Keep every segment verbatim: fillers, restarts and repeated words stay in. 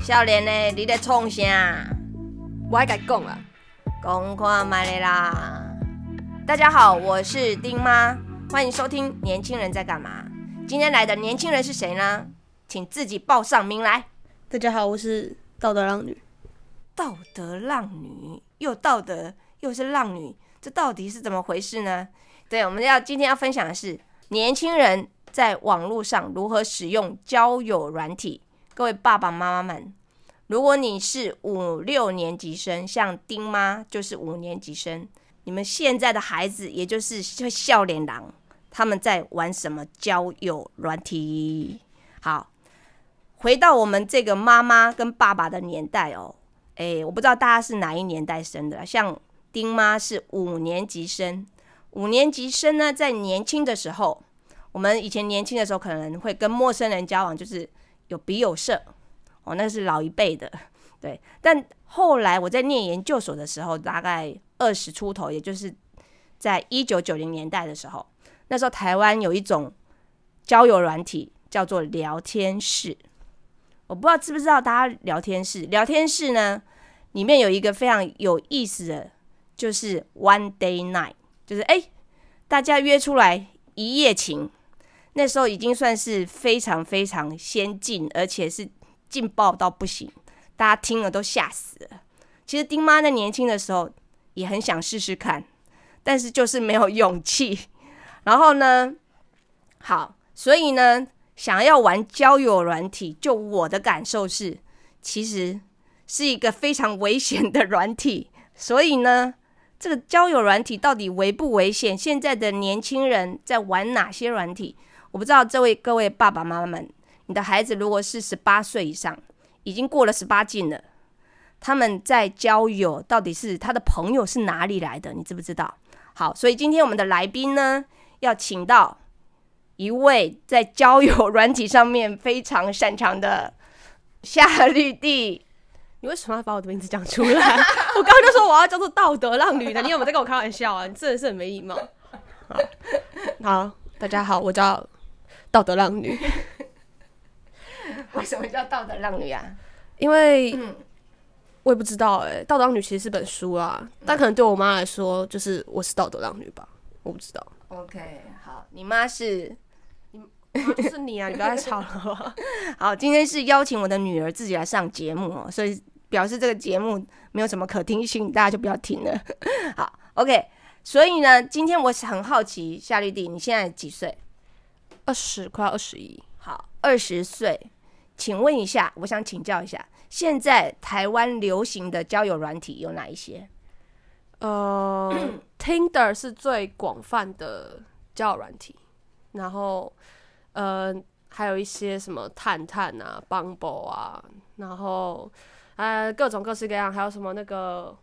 少年呢，你在创啥？ 我爱甲你讲啦， 讲看卖咧啦。大家好，我是丁妈，欢迎收听《年轻人在干嘛》。今天来的年轻人是谁呢？请自己报上名来。 大家好，我是道德浪女。 道德浪女，又道德又是浪女，这到底是怎么回事呢？对，我们要今天要分享的是年轻人在网络上如何使用交友软体。各位爸爸妈妈们，如果你是五六年级生，像丁妈就是五年级生，你们现在的孩子也就是少年郎，他们在玩什么交友软体？好，回到我们这个妈妈跟爸爸的年代哦，哎，我不知道大家是哪一年代生的，像丁妈是五年级生，五年级生呢，在年轻的时候，我们以前年轻的时候可能会跟陌生人交往，就是有笔友社，哦，那是老一辈的，对。但后来我在念研究所的时候，大概二十出头，也就是在一九九零年代的时候，那时候台湾有一种交友软体叫做聊天室。我不知道知不知道大家聊天室？聊天室呢，里面有一个非常有意思的，就是 one day night， 就是哎，大家约出来一夜情。那时候已经算是非常非常先进，而且是劲爆到不行，大家听了都吓死了。其实丁妈在年轻的时候也很想试试看，但是就是没有勇气。然后呢，好，所以呢，想要玩交友软体，就我的感受是，其实是一个非常危险的软体。所以呢，这个交友软体到底危不危险？现在的年轻人在玩哪些软体？我不知道这位各位爸爸妈妈们，你的孩子如果是十八岁以上，已经过了十八禁了，他们在交友到底是他的朋友是哪里来的？你知不知道？好，所以今天我们的来宾呢，要请到一位在交友软体上面非常擅长的夏绿蒂。 你为什么要把我的名字讲出来？我刚刚就说我要叫做道德浪女的，你有没有在跟我开玩笑啊？你真的是很没礼貌。好，好，大家好，我叫道德浪女。 为什么叫道德浪女啊？ 因为、嗯、我也不知道哎、欸，道德浪女其实是本书啊，但可能对我妈来说，就是我是道德浪女吧，我不知道。 OK， 好，你妈是， 你妈就是你啊，你不要再吵了好不好？ 好，今天是邀请我的女儿自己来上节目哦，所以表示这个节目没有什么可听性，大家就不要听了。好 ，OK， 所以呢，今天我很好奇，夏绿蒂，你现在几岁？ 二十，快要二十一。 好，二十岁，请问一下，我想请教一下，现在台湾流行的交友软体有哪一些？ 呃，Tinder 是最广泛的交友软体，然后呃，还有一些什么探探啊、Bumble 啊，然后呃各种各式各样，还有什么那个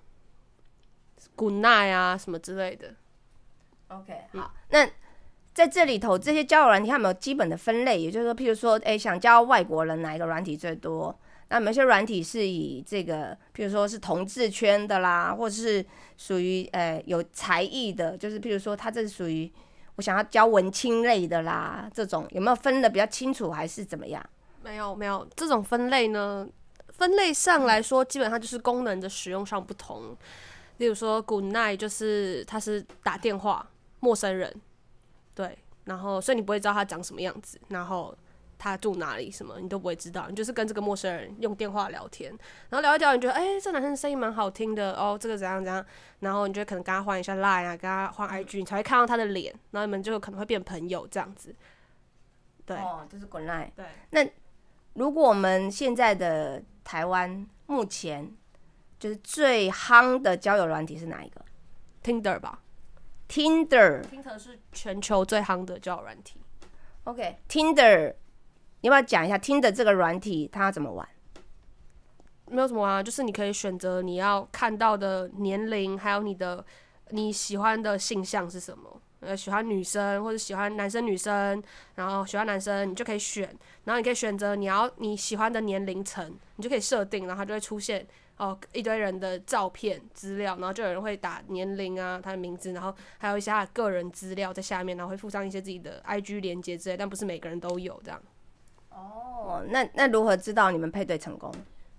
Good Night 啊什么之类的。 OK， 好，那在这里头，这些交友软体它有没有基本的分类？也就是说，譬如说，哎，想交外国人，哪一个软体最多？那有些软体是以这个，譬如说是同志圈的啦，或者是属于呃有才艺的，就是譬如说，它这是属于我想要交文青类的啦，这种有没有分的比较清楚，还是怎么样？ 没有，没有这种分类呢。分类上来说，基本上就是功能的使用上不同。例如说 ，Good Night 就是它是打电话，陌生人。对，然后所以你不会知道他长什么样子，然后他住哪里什么你都不会知道，你就是跟这个陌生人用电话聊天，然后聊一聊，你觉得哎、欸，这男生声音蛮好听的哦，这个怎样怎样，然后你就可能跟他换一下 Line 啊，跟他换 I G， 你才会看到他的脸，然后你们就可能会变朋友这样子。对， 哦，就是 Good Night。 对， 那如果我们现在的台湾目前就是最夯的交友软体是哪一个 ？Tinder 吧。 Tinder Tinder 是全球最夯的交友软体。 OK，Tinder， 你要不要讲一下 Tinder 这个软体它要怎么玩？ 没有什么啊，就是你可以选择你要看到的年龄，还有你的你喜欢的性向是什么。呃，喜欢女生或者喜欢男生女生，然后喜欢男生你就可以选，然后你可以选择你要你喜欢的年龄层，你就可以设定，然后它就会出现哦一堆人的照片资料，然后就有人会打年龄啊他的名字，然后还有一些他的个人资料在下面，然后会附上一些自己的 I G 连结之类，但不是每个人都有这样。 哦，那那如何知道你们配对成功？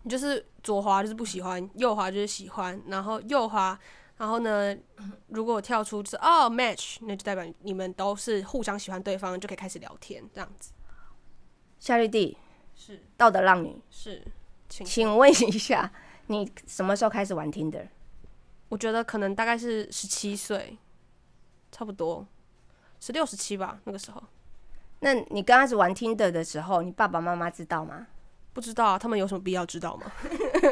你就是左滑就是不喜欢，右滑就是喜欢，然后右滑，然后呢，如果跳出就是哦 match， 那就代表你们都是互相喜欢对方，就可以开始聊天这样子。 夏绿蒂是道德浪女， 是，请请问一下，你什么时候开始玩 Tinder？ 我觉得可能大概是十七岁，差不多十六十七吧，那个时候。 那你刚开始玩 Tinder 的时候，你爸爸妈妈知道吗？ 不知道啊，他们有什么必要知道吗？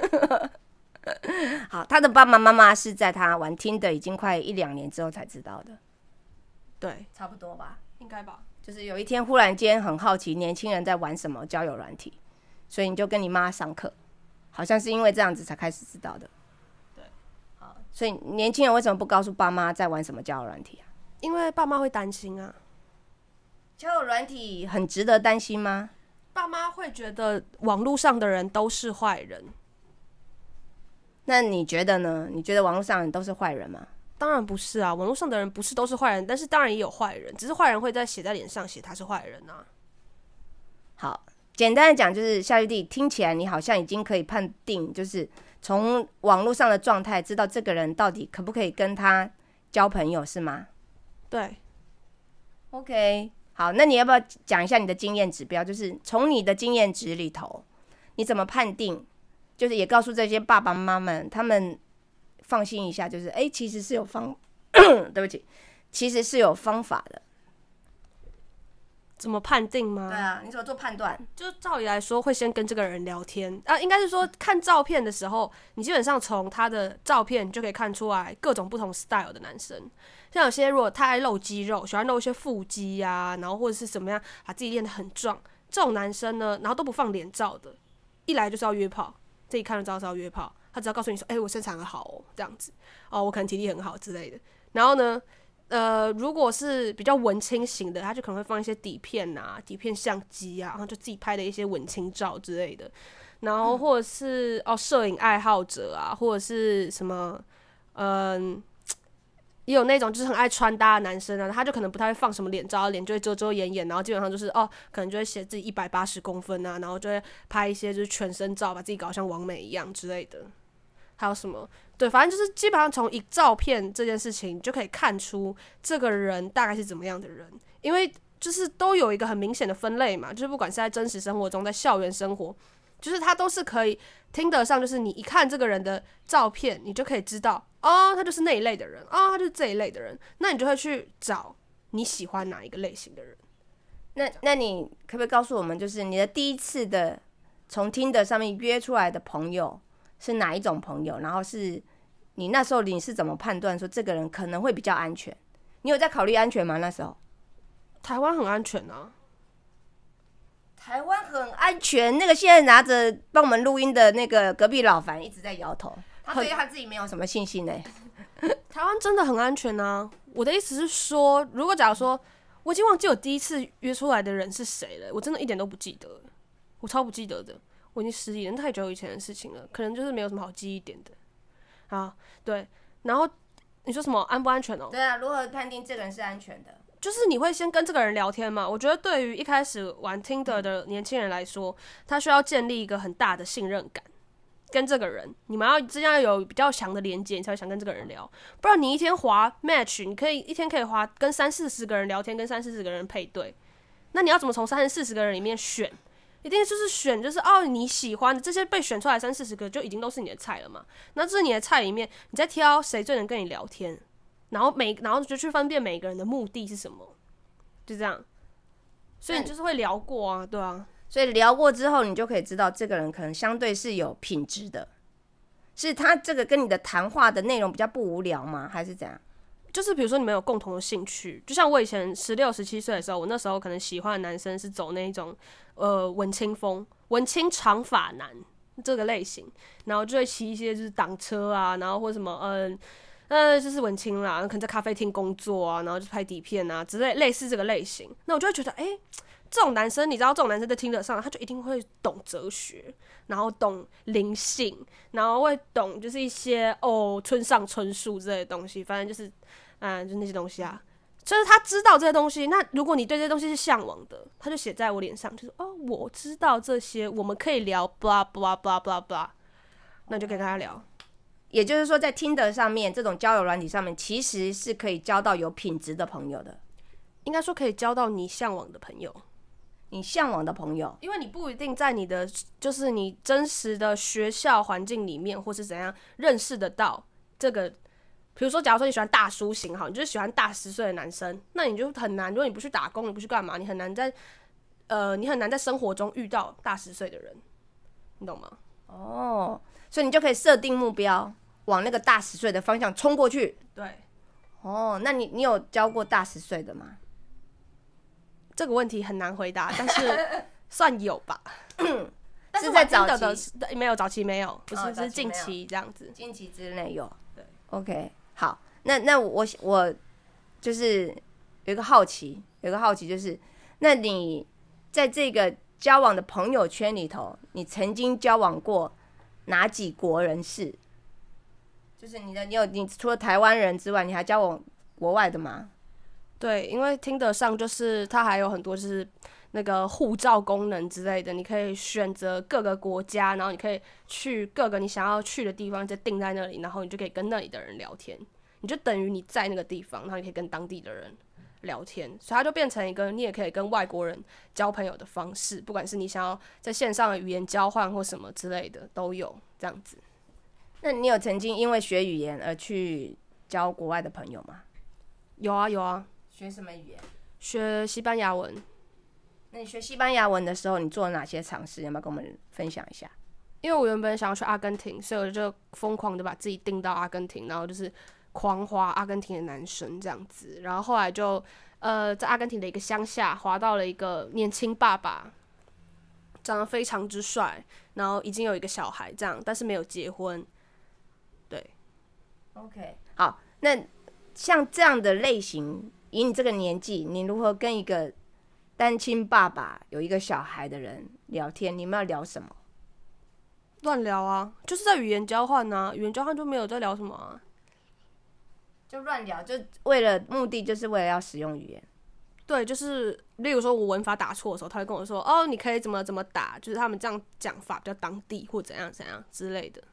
好，他的爸爸妈妈是在他玩 Tinder 已经快一两年之后才知道的。 对， 差不多吧， 应该吧。 就是有一天忽然间很好奇年轻人在玩什么交友软体，所以你就跟你妈上课，好像是因为这样子才开始知道的。 对， 好，所以年轻人为什么不告诉爸妈在玩什么交友软体啊？ 因为爸妈会担心啊。 交友软体很值得担心吗？ 爸妈会觉得网络上的人都是坏人。 那你觉得呢？你觉得网络上的人都是坏人吗？ 当然不是啊，网络上的人不是都是坏人，但是当然也有坏人，只是坏人会在写在脸上写他是坏人啊。 好，简单的讲就是夏绿蒂，听起来你好像已经可以判定，就是从网络上的状态知道这个人到底可不可以跟他交朋友，是吗？ 对 ，OK， 好，那你要不要讲一下你的经验指标？就是从你的经验值里头，你怎么判定？就是也告诉这些爸爸妈妈们，他们放心一下，就是哎、欸，其实是有方，对不起，其实是有方法的。 怎么判定吗？ 对啊，你怎么做判断？ 就照理来说，会先跟这个人聊天啊，应该是说看照片的时候，你基本上从他的照片就可以看出来各种不同 style 的男生。像有些如果太爱露肌肉，喜欢露一些腹肌啊，然后或者是什么样把自己练得很壮，这种男生呢，然后都不放脸照的，一来就是要约炮，这一看就知道是要约炮。他只要告诉你说，哎、欸，我身材很好哦，这样子哦，我可能体力很好之类的。然后呢？呃，如果是比较文青型的，他就可能会放一些底片啊、底片相机啊，然后就自己拍的一些文青照之类的。然后或者是哦，摄影爱好者啊，或者是什么，嗯、呃，也有那种就是很爱穿搭的男生啊，他就可能不太会放什么脸照，脸就会遮遮掩掩，然后基本上就是哦，可能就会写自己一百八十公分啊，然后就会拍一些就是全身照，把自己搞像王美一样之类的。还有什么？对，反正就是基本上从一照片这件事情，你就可以看出这个人大概是怎么样的人，因为就是都有一个很明显的分类嘛，就是不管是在真实生活中，在校园生活，就是他都是可以听得上，就是你一看这个人的照片，你就可以知道，哦，他就是那一类的人，哦，他就是这一类的人，那你就会去找你喜欢哪一个类型的人。 那那你可不可以告诉我们，就是你的第一次的从 Tinder 上面约出来的朋友？是哪一种朋友？然后是你那时候你是怎么判断说这个人可能会比较安全？你有在考虑安全吗？那时候台湾很安全啊， 台湾很安全。那个现在拿着帮我们录音的那个隔壁老樊一直在摇头，他对他自己没有什么信心呢、欸。 台湾真的很安全啊！我的意思是说，如果假如说我已经忘记我第一次约出来的人是谁了，我真的一点都不记得，我超不记得的。我已经十几年太久以前的事情了，可能就是没有什么好记忆点的。啊，对，然后你说什么安不安全哦？ 对啊，如何判定这个人是安全的？ 就是你会先跟这个人聊天嘛？我觉得对于一开始玩 Tinder 的年轻人来说，他需要建立一个很大的信任感，跟这个人你们要之间要有比较强的连接，你才会想跟这个人聊。不然你一天滑 match， 你可以一天可以滑跟三四十个人聊天，跟三四十个人配对，那你要怎么从三四十个人里面选？一定就是选，就是哦你喜欢的这些被选出来三四十个就已经都是你的菜了嘛。那这是你的菜里面，你再挑谁最能跟你聊天，然后每然后就去分辨每个人的目的是什么，就这样。所以你就是会聊过啊，对啊。 所以聊过之后，你就可以知道这个人可能相对是有品质的，是他这个跟你的谈话的内容比较不无聊吗？还是怎样？ 就是比如说你们有共同的兴趣，就像我以前十六、十七岁的时候，我那时候可能喜欢的男生是走那种呃文青风、文青长发男这个类型，然后就会骑一些就是挡车啊，然后或什么嗯呃就是文青啦，可能在咖啡厅工作啊，然后就拍底片啊之类类似这个类型，那我就会觉得哎。欸这种男生，你知道，这种男生在听得上，他就一定会懂哲学，然后懂灵性，然后会懂就是一些哦村上春树之类的东西，反正就是，嗯，就那些东西啊。 就是他知道这些东西。那如果你对这些东西是向往的，他就写在我脸上，就是哦，我知道这些，我们可以聊 blah blah blah blah blah， 那你就可以跟他聊。 也就是说，在 Tinder 上面这种交友软体上面，其实是可以交到有品质的朋友的。 应该说可以交到你向往的朋友， 你向往的朋友， 因为你不一定在你的就是你真实的学校环境里面，或是怎样认识得到这个。比如说，假如说你喜欢大叔型，好，你就是喜欢大十岁的男生，那你就很难。如果你不去打工，你不去干嘛，你很难在呃，你很难在生活中遇到大十岁的人，你懂吗？ 哦，所以你就可以设定目标，往那个大十岁的方向冲过去。 对。 哦，那你你有交过大十岁的吗？ 这个问题很难回答，但是算有吧。但是在早期的没有，早期没有，不是， 哦、 是近期这样子。 近期之内有。 对 ，OK， 好，那那我我就是有一个好奇，有一个好奇就是，那你在这个交往的朋友圈里头，你曾经交往过哪几国人士？就是你的，你有你除了台湾人之外，你还交往国外的吗？ 对，因为听得上就是它还有很多就是那个护照功能之类的，你可以选择各个国家，然后你可以去各个你想要去的地方，再定在那里，然后你就可以跟那里的人聊天，你就等于你在那个地方，然后你可以跟当地的人聊天，所以它就变成一个你也可以跟外国人交朋友的方式，不管是你想要在线上的语言交换或什么之类的都有这样子。 那你有曾经因为学语言而去交国外的朋友吗？ 有啊有啊。 学什么语言？ 学西班牙文。 那你学西班牙文的时候，你做了哪些尝试？要不要跟我们分享一下？ 因为我原本想要去阿根廷，所以我就疯狂的把自己订到阿根廷，然后就是狂滑阿根廷的男生这样子。然后后来就呃在阿根廷的一个乡下滑到了一个年轻爸爸，长得非常之帅，然后已经有一个小孩这样，但是没有结婚。对 ，OK， 好，那像这样的类型。以你这个年纪，你如何跟一个单亲爸爸有一个小孩的人聊天？你们要聊什么？ 乱聊啊，就是在语言交换啊，语言交换就没有在聊什么啊， 就乱聊，就为了目的就是为了要使用语言。 对，就是例如说我文法打错的时候，他会跟我说：“哦，你可以怎么怎么打，就是他们这样讲法比较当地或怎样怎样之类的。”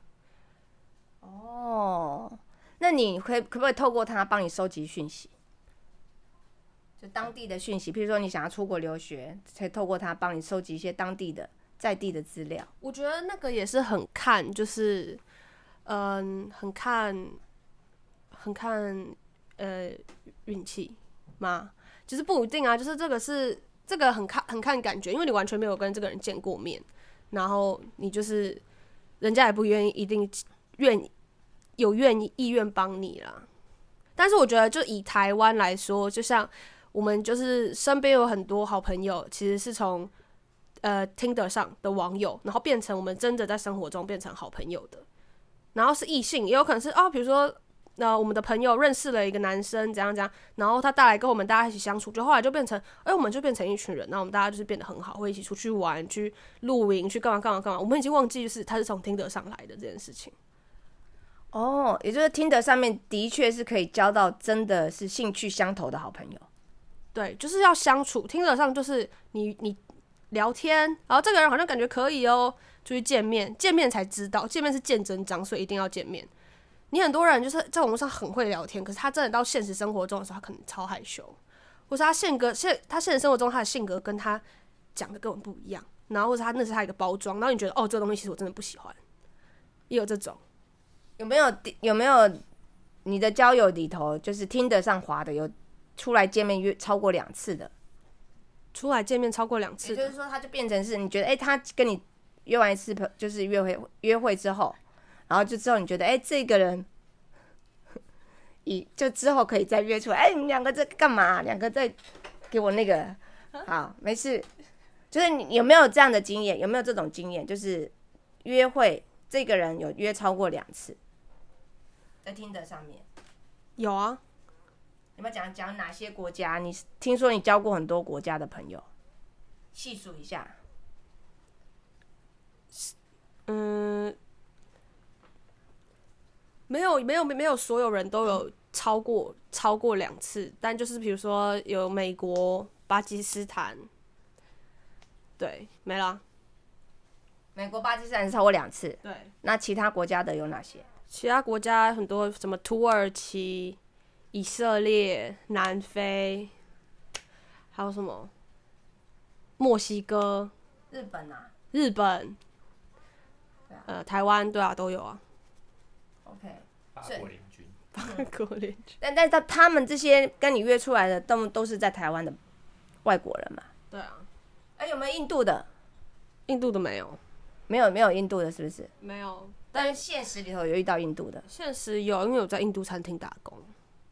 哦，那你可以可不可以透过他帮你收集讯息？就当地的讯息，譬如说你想要出国留学，可以透过他帮你收集一些当地的在地的资料。 我觉得那个也是很看，就是嗯，很看，很看呃运气嘛，就是不一定啊，就是这个是这个很看很看感觉，因为你完全没有跟这个人见过面，然后你就是人家也不愿意一定愿有愿意意愿帮你啦。但是我觉得就以台湾来说，就像我们就是身边有很多好朋友，其实是从呃 Tinder 上的网友，然后变成我们真的在生活中变成好朋友的，然后是异性，也有可能是哦，比如说呃我们的朋友认识了一个男生，怎样怎样，然后他带来跟我们大家一起相处，就后来就变成，哎、欸，我们就变成一群人，然后我们大家就是变得很好，会一起出去玩，去露营，去干嘛干嘛干嘛，我们已经忘记就是他是从 Tinder 上来的这件事情。 哦，也就是 Tinder 上面的确是可以交到真的是兴趣相投的好朋友。 对，就是要相处。听得上就是你你聊天，然后这个人好像感觉可以哦，就去见面，见面才知道，见面是见真章，所以一定要见面。你很多人就是在网络上很会聊天，可是他真的到现实生活中的时候，他可能超害羞，或是他性格现他现实生活中他的性格跟他讲的根本不一样，然后或者他那是他一个包装，然后你觉得哦这个东西其实我真的不喜欢，也有这种。 有没有有没有你的交友里头，就是听得上滑的，有出来见面约超过两次的？ 出来见面超过两次的， 也就是说，他就变成是你觉得，哎、欸，他跟你约完一次，就是约会约会之后，然后就之后你觉得，哎、欸，这个人，以就之后可以再约出来，哎、欸，你们两个在干嘛？两个在给我那个，好，没事。就是你有没有这样的经验？有没有这种经验？就是约会，这个人有约超过两次，在Tinder上面。 有啊。 有没有讲讲哪些国家？你听说你交过很多国家的朋友，细数一下。 嗯，没有没有没有所有人都有超过超过两次，但就是比如说有美国、巴基斯坦，对，没了。 美国、巴基斯坦是超过两次。 对， 那其他国家的有哪些？ 其他国家很多，什么土耳其、以色列、南非，还有什么墨西哥、 日本啊， 日本， 对啊呃，台湾，对啊，都有啊。 OK， 法国联军， 法国联军， 但但是他们这些跟你约出来的，都都是在台湾的外国人嘛？ 对啊。 哎、有没有印度的？ 印度的没有， 没有，没有印度的，是不是？ 没有。 但是现实里头有遇到印度的。 现实有，因为我在印度餐厅打工。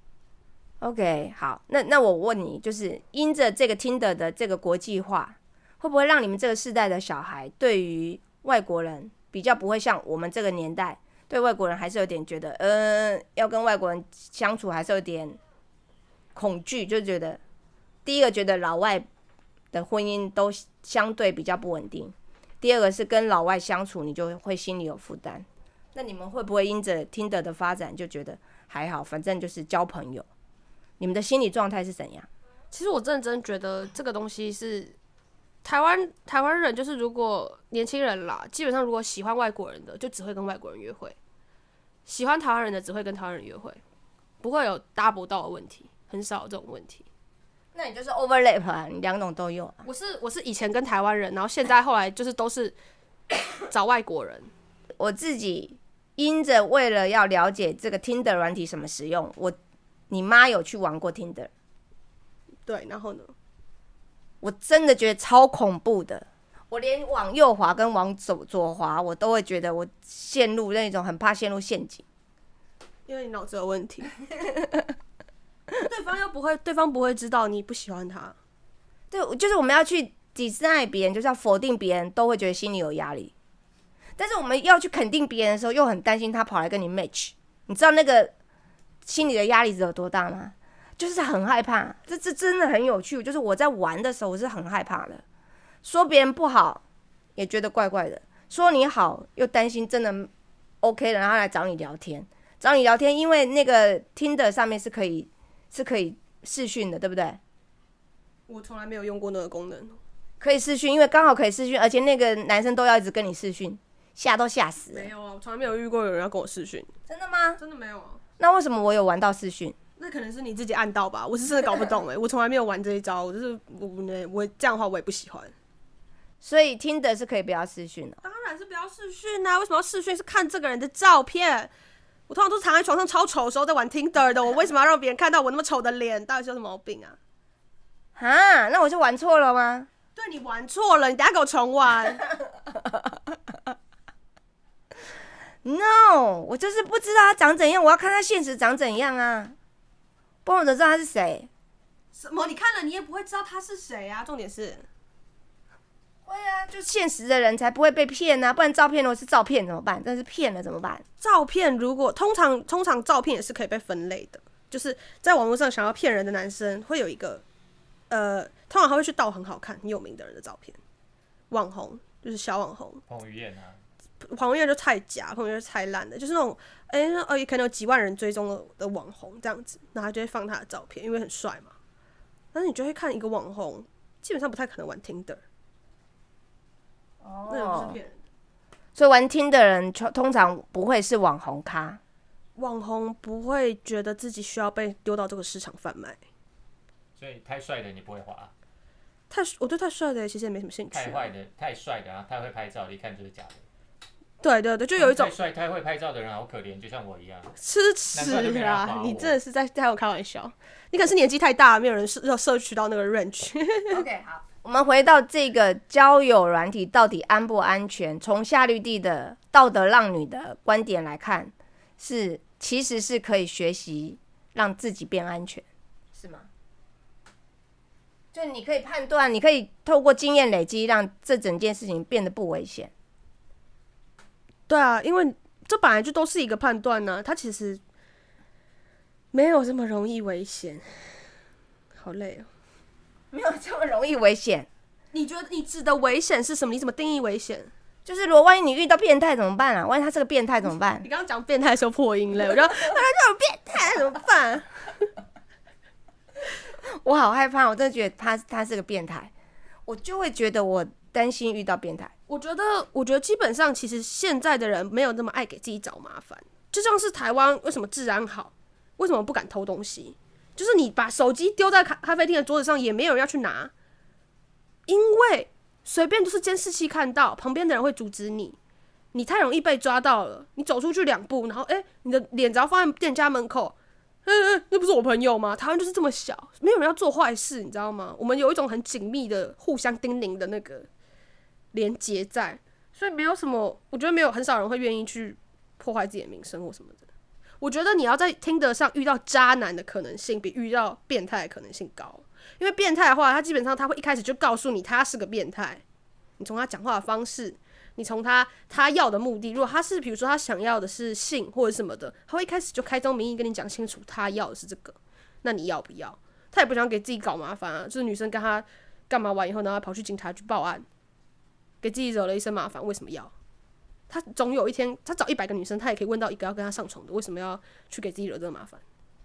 OK， 好，那那我问你，就是因着这个 Tinder 的这个国际化，会不会让你们这个世代的小孩对于外国人比较不会像我们这个年代，对外国人还是有点觉得，呃，要跟外国人相处还是有点恐惧，就觉得第一个觉得老外的婚姻都相对比较不稳定，第二个是跟老外相处你就会心里有负担。那你们会不会因着 Tinder 的发展就觉得还好，反正就是交朋友？你们的心理状态是怎样？ 其实我认真觉得这个东西是台湾台湾人，就是如果年轻人啦，基本上如果喜欢外国人的，就只会跟外国人约会；喜欢台湾人的，只会跟台湾人约会，不会有 double 到的问题，很少有这种问题。 那你就是 overlap 啊，你两种都有啊。 我是我是以前跟台湾人，然后现在后来就是都是找外国人。 我自己因着为了要了解这个 Tinder 软体什么使用，我你妈有去玩过 Tinder， 对，然后呢， 我真的觉得超恐怖的。我连往右滑跟往左左滑，我都会觉得我陷入那种很怕陷入陷阱。 因为你脑子有问题，对方又不会，对方不会知道你不喜欢他。 对，就是我们要去 deny 别人，就是要否定别人，都会觉得心里有压力。但是我们要去肯定别人的时候，又很担心他跑来跟你 match。你知道那个心里的压力值有多大吗？就是很害怕。这这真的很有趣。就是我在玩的时候，我是很害怕的。说别人不好，也觉得怪怪的；说你好，又担心真的 OK 了，然后来找你聊天，找你聊天，因为那个 Tinder 上面是可以是可以视讯的，对不对？ 我从来没有用过那个功能。 可以视讯，因为刚好可以视讯，而且那个男生都要一直跟你视讯。吓都吓死了！ 没有啊，我从来没有遇过有人要跟我视讯。 真的吗？ 真的没有啊。 那为什么我有玩到视讯？ 那可能是你自己按到吧，我是真的搞不懂哎、欸，我从来没有玩这一招，我就是我我这样的话我也不喜欢。 所以听的是可以不要视讯的。 当然是不要视讯啊！为什么要视讯？是看这个人的照片。我通常都是躺在床上超丑的时候在玩 Tinder 的，我为什么要让别人看到我那么丑的脸？到底是有什么毛病啊？ 啊，那我就玩错了吗？ 对，你玩错了，你等一下给我重玩。 No， 我就是不知道他长怎样，我要看他现实长怎样啊！不然我怎么知道他是谁？ 什么？你看了你也不会知道他是谁啊？重点是， 会啊，就现实的人才不会被骗啊！不然照片如果是照片怎么办？但是骗了怎么办？ 照片如果通常通常照片也是可以被分类的，就是在网络上想要骗人的男生会有一个，呃，通常他会去盗很好看、很有名的人的照片，网红就是小网红， 彭于晏啊。 彭于晏就太假，彭于晏就太烂了，就是那种哎，呃、欸，可能有几万人追踪 的, 的网红这样子，然后他就会放他的照片，因为很帅嘛。但是你就会看一个网红，基本上不太可能玩 Tinder， 哦， 那种不是骗人的。 所以玩 Tinder 的人通常不会是网红咖， 网红不会觉得自己需要被丢到这个市场贩卖， 所以太帅的你不会滑， 太我对太帅的其实也没什么兴趣、啊。 太坏的、太帅的，然后太会拍照，一看就是假的。 对对对，就有一种太帅、太会拍照的人好可怜，就像我一样。 吃屎啦！你真的是在在我开玩笑。你可能是年纪太大，没有人摄摄取到那个 range。 OK， 好，我们回到这个交友软体到底安不安全？从夏绿蒂的道德浪女的观点来看，是其实是可以学习让自己变安全，是吗？就你可以判断，你可以透过经验累积，让这整件事情变得不危险。 对啊，因为这本来就都是一个判断呢、啊，它其实没有这么容易危险。好累哦， 没有这么容易危险。 你觉得你指的危险是什么？你怎么定义危险？ 就是如果万一你遇到变态怎么办啊？万一他是个变态怎么办你？刚刚讲变态的时候破音了，我就他就是变态怎么办？ 我好害怕，我真的觉得他他是个变态，我就会觉得我担心遇到变态。 我觉得，我觉得基本上其实现在的人没有那么爱给自己找麻烦，就像是台湾为什么治安好，为什么不敢偷东西？就是你把手机丢在咖咖啡厅的桌子上，也没有人要去拿，因为随便就是监视器看到，旁边的人会阻止你，你太容易被抓到了。你走出去两步，然后哎、欸，你的脸只要放在店家门口，哎、欸、哎，那不是我朋友吗？台湾就是这么小，没有人要做坏事，你知道吗？我们有一种很紧密的互相叮咛的那个连结在，所以没有什么，我觉得没有很少人会愿意去破坏自己的名声或什么的。我觉得你要在听得上遇到渣男的可能性比遇到变态的可能性高，因为变态的话，他基本上他会一开始就告诉你他是个变态，你从他讲话的方式，你从他他要的目的，如果他是比如说他想要的是性或者什么的，他会一开始就开宗明义跟你讲清楚他要的是这个，那你要不要？他也不想给自己搞麻烦啊，就是女生跟他干嘛完以后，然后他跑去警察局报案，给自己惹了一身麻烦，为什么要？他总有一天，他找一百个女生，他也可以问到一个要跟他上床的，为什么要去给自己惹这个麻烦？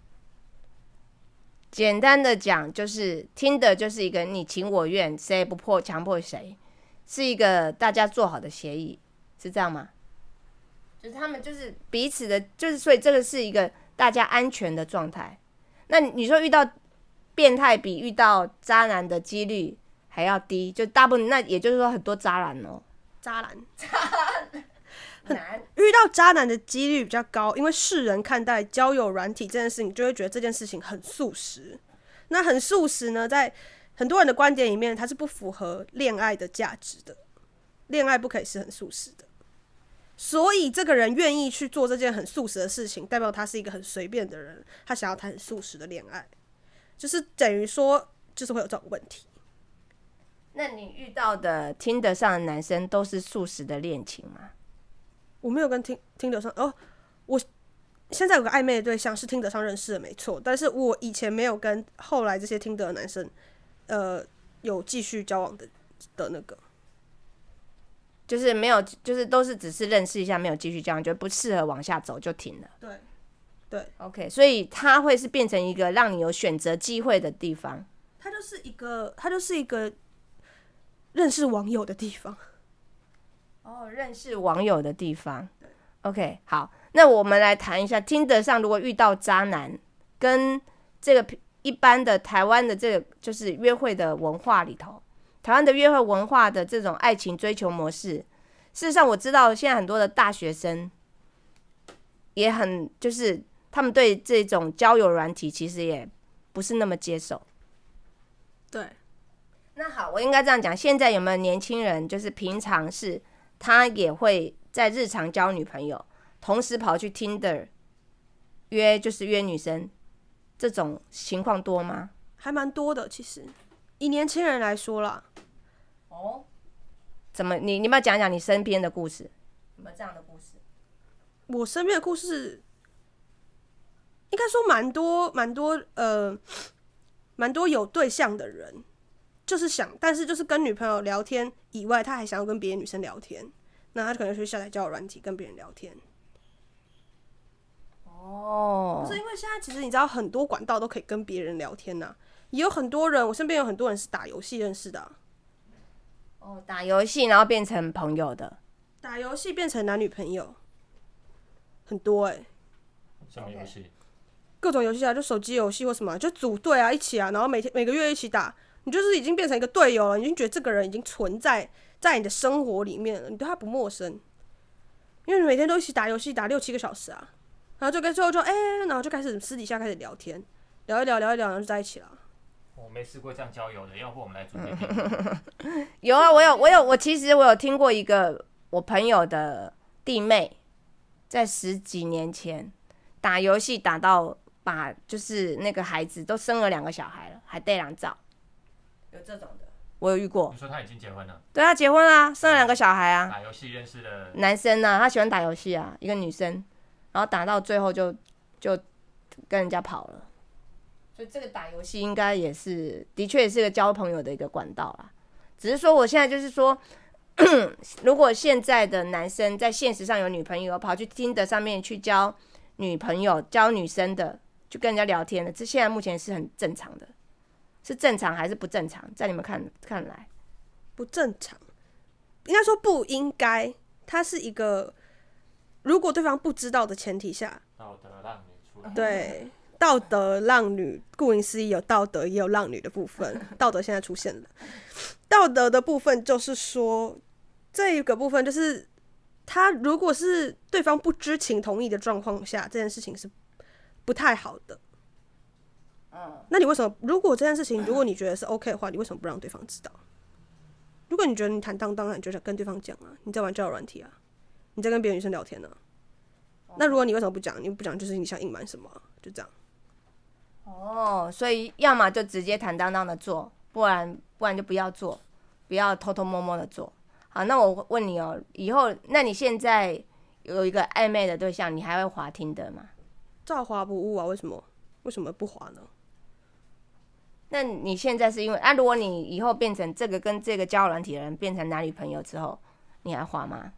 简单的讲，就是听的就是一个你情我愿，谁也不迫强迫谁，是一个大家做好的协议，是这样吗？就是他们就是彼此的，就是所以这个是一个大家安全的状态。那你说遇到变态比遇到渣男的几率还要低，就大部分，那也就是说很多渣男哦， 渣男， 难遇到渣男的几率比较高，因为世人看待交友软体这件事情，就会觉得这件事情很速食。那很速食呢，在很多人的观点里面，它是不符合恋爱的价值的。恋爱不可以是很速食的，所以这个人愿意去做这件很速食的事情，代表他是一个很随便的人，他想要谈很速食的恋爱，就是等于说，就是会有这种问题。 那你遇到的听得上的男生都是速食的恋情吗？ 我没有跟听听得上哦，我现在有个暧昧的对象是听得上认识的，没错，但是我以前没有跟后来这些听得的男生，呃，有继续交往的的那个， 就是没有，就是都是只是认识一下，没有继续交往，觉得不适合往下走就停了。 对，对 ，OK， 所以它会是变成一个让你有选择机会的地方。 它就是一个，它就是一个认识网友的地方。 哦，认识网友的地方。OK， 好，那我们来谈一下，听得上如果遇到渣男，跟这个一般的台湾的这个就是约会的文化里头，台湾的约会文化的这种爱情追求模式，事实上我知道现在很多的大学生也很，就是他们对这种交友软体其实也不是那么接受。 对， 那好，我应该这样讲，现在有没有年轻人就是平常是他也会在日常交女朋友，同时跑去 Tinder 约，就是约女生，这种情况多吗？ 还蛮多的，其实以年轻人来说啦。 哦，怎么你你要不要讲讲你身边的故事？有没有这样的故事？ 我身边的故事，应该说蛮多蛮多呃，蛮多有对象的人，就是想，但是就是跟女朋友聊天以外，他还想要跟别的女生聊天，那他可能去下载交友软体跟别人聊天。 哦， 不是因为现在其实你知道很多管道都可以跟别人聊天呐、啊，也有很多人，我身边有很多人是打游戏认识的、啊。 哦，打游戏然后变成朋友的， 打游戏变成男女朋友，很多哎、欸。 什么游戏？ 各种游戏啊，就手机游戏或什么，就组队啊，一起啊，然后每天每个月一起打，你就是已经变成一个队友了，你已经觉得这个人已经存在在你的生活里面了，你对他不陌生，因为你每天都一起打游戏，打六七个小时啊，然后就跟最后就哎、欸，然后就开始私底下开始聊天，聊一聊聊一聊，然后就在一起了。 我没试过这样交友的，要不我们来组队。 有啊，我有我有我其实我有听过一个我朋友的弟妹，在十几年前打游戏打到把就是那个孩子都生了两个小孩了，还带两照，有这种的，我有遇过你。说他已经结婚了？ 对，他结婚啦、啊，生了两个小孩啊。 打游戏认识的男生啊，他喜欢打游戏啊，一个女生，然后打到最后就就跟人家跑了。所以这个打游戏应该也是，的确也是个交朋友的一个管道啦。只是说我现在就是说， 如果现在的男生在现实上有女朋友，跑去Tinder上面去交女朋友、交女生的，去跟人家聊天的，这现在目前是很正常的，是正常还是不正常？在你们看看来， 不正常，应该说不应该。它是一个，如果对方不知道的前提下， 道德让女出来。 对，道德浪女，顾名思义有道德也有浪女的部分。道德现在出现了，道德的部分就是说。这个部分就是，他如果是对方不知情同意的状况下，这件事情是不太好的。嗯，那你为什么？如果这件事情，如果你觉得是 OK 的话，你为什么不让对方知道？如果你觉得你坦荡荡，你就跟对方讲啊，你在玩交友软体啊，你在跟别的女生聊天啊。那如果你为什么不讲？你不讲就是你想隐瞒什么、啊？就这样。 哦，所以要么就直接坦荡荡的做，不然不然就不要做，不要偷偷摸摸的做。好，那我问你哦，以后那你现在有一个暧昧的对象，你还会滑Tinder吗？ 照滑不误啊，为什么？为什么不滑呢？ 那你现在是因为啊？如果你以后变成这个跟这个交友软体的人变成男女朋友之后，你还滑吗？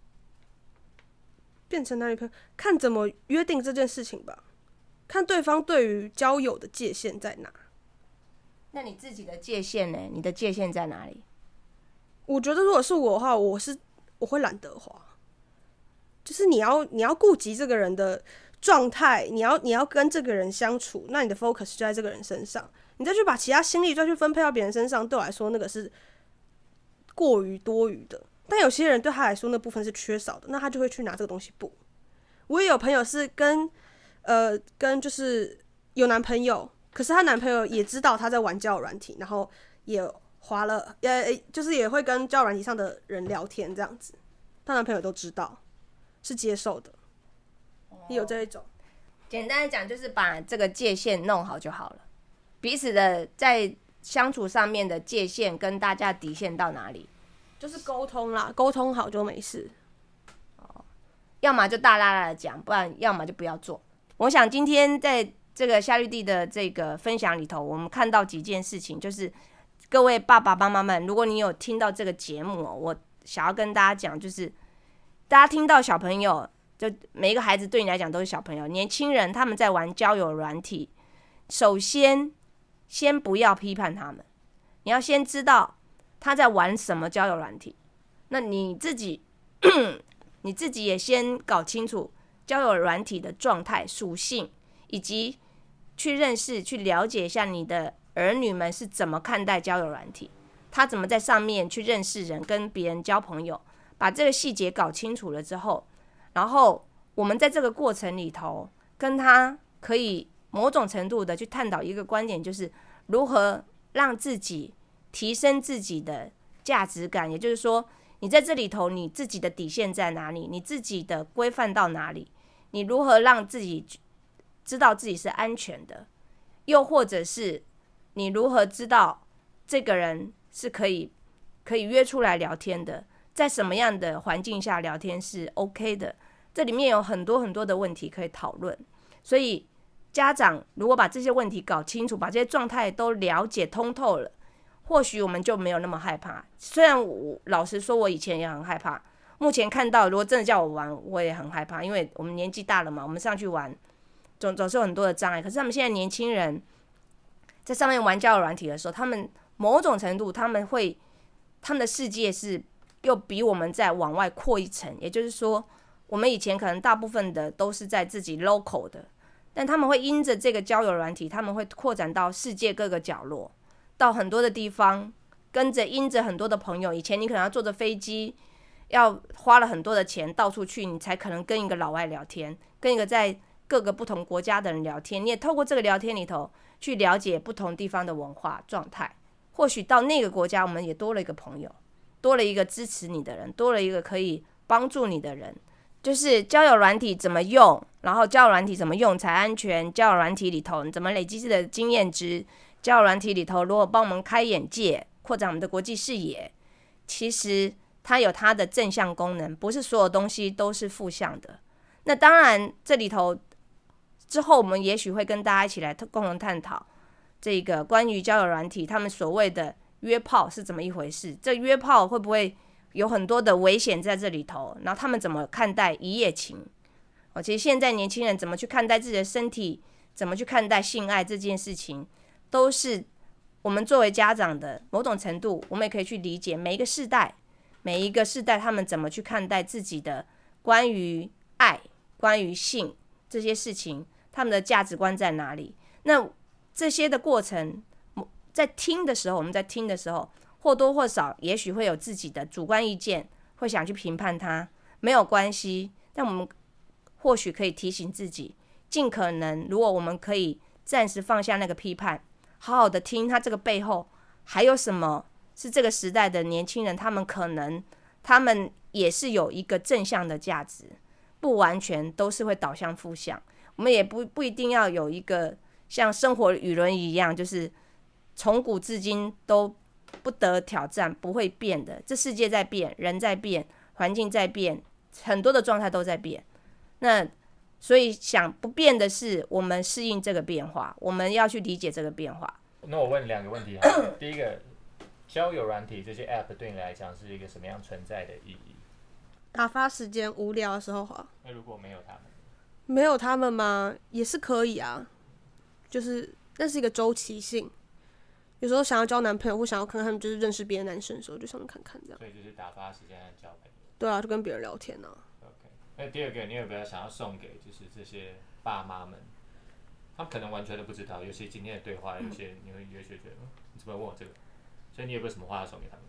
变成男女朋友，看怎么约定这件事情吧，看对方对于交友的界限在哪。 那你自己的界限呢？你的界限在哪里？ 我觉得如果是我的话，我是我会懒得滑，就是你要你要顾及这个人的状态，你要你要跟这个人相处，那你的 focus 就在这个人身上，你再去把其他心力再去分配到别人身上，对我来说那个是过于多余的。但有些人对他来说那部分是缺少的，那他就会去拿这个东西补。我也有朋友是跟呃跟就是有男朋友，可是她男朋友也知道她在玩交友软体，然后也滑了，呃，就是也会跟交友软体上的人聊天这样子，她男朋友都知道，是接受的，也有这一种。 简单的讲，就是把这个界限弄好就好了，彼此的在相处上面的界限跟大家底线到哪里， 就是沟通啦，沟通好就没事。 哦，要么就大啦啦的讲，不然要么就不要做。我想今天在这个夏绿蒂的这个分享里头，我们看到几件事情，就是各位爸爸妈妈们，如果你有听到这个节目、哦、我想要跟大家讲，就是大家听到小朋友，就每一个孩子对你来讲都是小朋友，年轻人他们在玩交友软体，首先先不要批判他们，你要先知道他在玩什么交友软体，那你自己你自己也先搞清楚交友软体的状态、属性，以及去认识、去了解一下你的儿女们是怎么看待交友软体，他怎么在上面去认识人、跟别人交朋友，把这个细节搞清楚了之后，然后我们在这个过程里头，跟他可以某种程度的去探讨一个观点，就是如何让自己提升自己的价值感，也就是说，你在这里头，你自己的底线在哪里？你自己的规范到哪里？你如何让自己知道自己是安全的？又或者是你如何知道这个人是可以可以约出来聊天的？在什么样的环境下聊天是 OK 的？这里面有很多很多的问题可以讨论。所以家长如果把这些问题搞清楚，把这些状态都了解通透了，或许我们就没有那么害怕。虽然我老实说，我以前也很害怕。目前看到，如果真的叫我玩，我也很害怕，因为我们年纪大了嘛，我们上去玩总总是有很多的障碍。可是他们现在年轻人在上面玩交友软体的时候，他们某种程度他们会他们的世界是又比我们再往外扩一层。也就是说，我们以前可能大部分的都是在自己 local 的，但他们会因着这个交友软体，他们会扩展到世界各个角落，到很多的地方，跟着因着很多的朋友。以前你可能要坐着飞机，要花了很多的钱到处去，你才可能跟一个老外聊天，跟一个在各个不同国家的人聊天。你也透过这个聊天里头去了解不同地方的文化状态。或许到那个国家，我们也多了一个朋友，多了一个支持你的人，多了一个可以帮助你的人。就是交友软体怎么用，然后交友软体怎么用才安全，交友软体里头你怎么累积自己的经验值，交友软体里头如果帮我们开眼界，扩展我们的国际视野，其实它有它的正向功能，不是所有东西都是负向的。那当然这里头之后我们也许会跟大家一起来共同探讨这个关于交友软体他们所谓的约炮是怎么一回事，这约炮会不会有很多的危险在这里头，然后他们怎么看待一夜情？哦，其实现在年轻人怎么去看待自己的身体，怎么去看待性爱这件事情，都是我们作为家长的某种程度，我们也可以去理解每一个世代，每一个世代他们怎么去看待自己的关于爱、关于性这些事情，他们的价值观在哪里？那这些的过程，在听的时候，我们在听的时候，或多或少也许会有自己的主观意见，会想去评判它，没有关系。但我们或许可以提醒自己，尽可能，如果我们可以暂时放下那个批判，好好的听他这个背后还有什么是这个时代的年轻人，他们可能他们也是有一个正向的价值，不完全都是会导向负向。我们也不不一定要有一个像生活与轮椅一样，就是从古至今都不得挑战，不会变的。这世界在变，人在变，环境在变，很多的状态都在变。那所以想不变的是，我们适应这个变化，我们要去理解这个变化。 那我问两个问题好了，第一个，交友软体这些 App 对你来讲是一个什么样存在的意义？ 打发时间无聊的时候滑。 那如果没有他们， 没有他们吗？也是可以啊，就是那是一个周期性。有时候想要交男朋友，或想要看看他们就是认识别的男生的时候，就上面看看这样。 所以就是打发时间和交朋友。 对啊，就跟别人聊天啊。 OK。那第二个，你有没有想要送给就是这些爸妈们？他们可能完全都不知道，尤其今天的对话，有些你会有些觉得，你怎么问我这个？所以你有没有什么话要送给他们？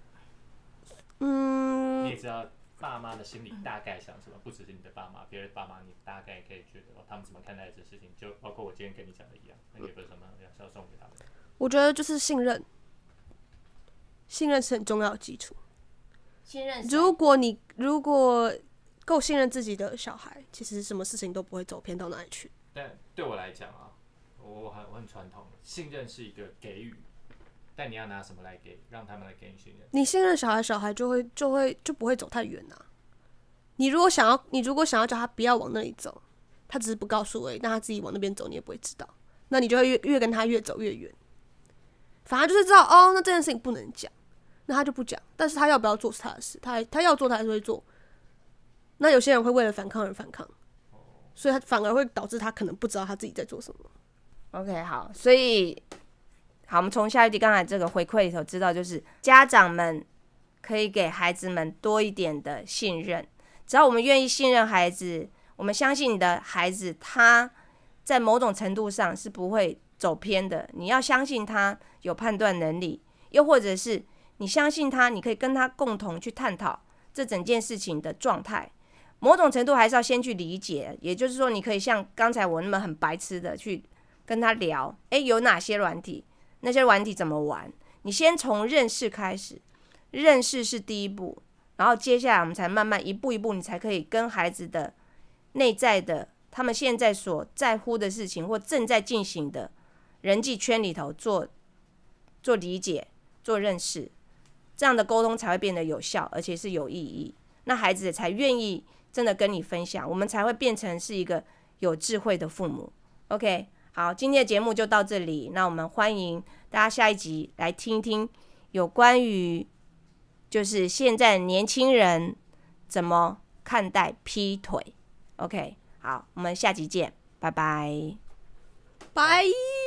嗯， 你也知道爸妈的心里大概想什么，不只是你的爸妈，别人的爸妈你大概可以觉得、哦、他们怎么看待这事情，就包括我今天跟你讲的一样。那你有没有什么要送给他们？ 我觉得就是信任，信任是很重要的基础。 信任， 如果你如果够信任自己的小孩，其实什么事情都不会走偏到哪里去。 但对我来讲啊，我很我很传统，信任是一个给予，但你要拿什么来给，让他们来给你信任？ 你信任小孩，小孩就会就会就不会走太远啊。你如果想要，你如果想要叫他不要往那里走，他只是不告诉而已，但他自己往那边走，你也不会知道。那你就会越越跟他越走越远。反正就是知道哦，那这件事情不能讲，那他就不讲。但是他要不要做是他的事，他他要做他还是会做。那有些人会为了反抗而反抗，所以他反而会导致他可能不知道他自己在做什么。 OK， 好，所以好，我们从夏玉迪刚才这个回馈里头知道，就是家长们可以给孩子们多一点的信任。只要我们愿意信任孩子，我们相信你的孩子，他在某种程度上是不会走偏的。你要相信他有判断能力，又或者是你相信他，你可以跟他共同去探讨这整件事情的状态。某种程度还是要先去理解，也就是说，你可以像刚才我那么很白痴的去跟他聊，哎，有哪些软体，那些软体怎么玩？你先从认识开始，认识是第一步，然后接下来我们才慢慢一步一步，你才可以跟孩子的内在的他们现在所在乎的事情或正在进行的人际圈里头做做理解、做认识，这样的沟通才会变得有效，而且是有意义。那孩子才愿意真的跟你分享，我们才会变成是一个有智慧的父母。OK， 好，今天的节目就到这里。那我们欢迎大家下一集来听听有关于就是现在年轻人怎么看待劈腿。OK， 好，我们下集见，拜拜， 拜。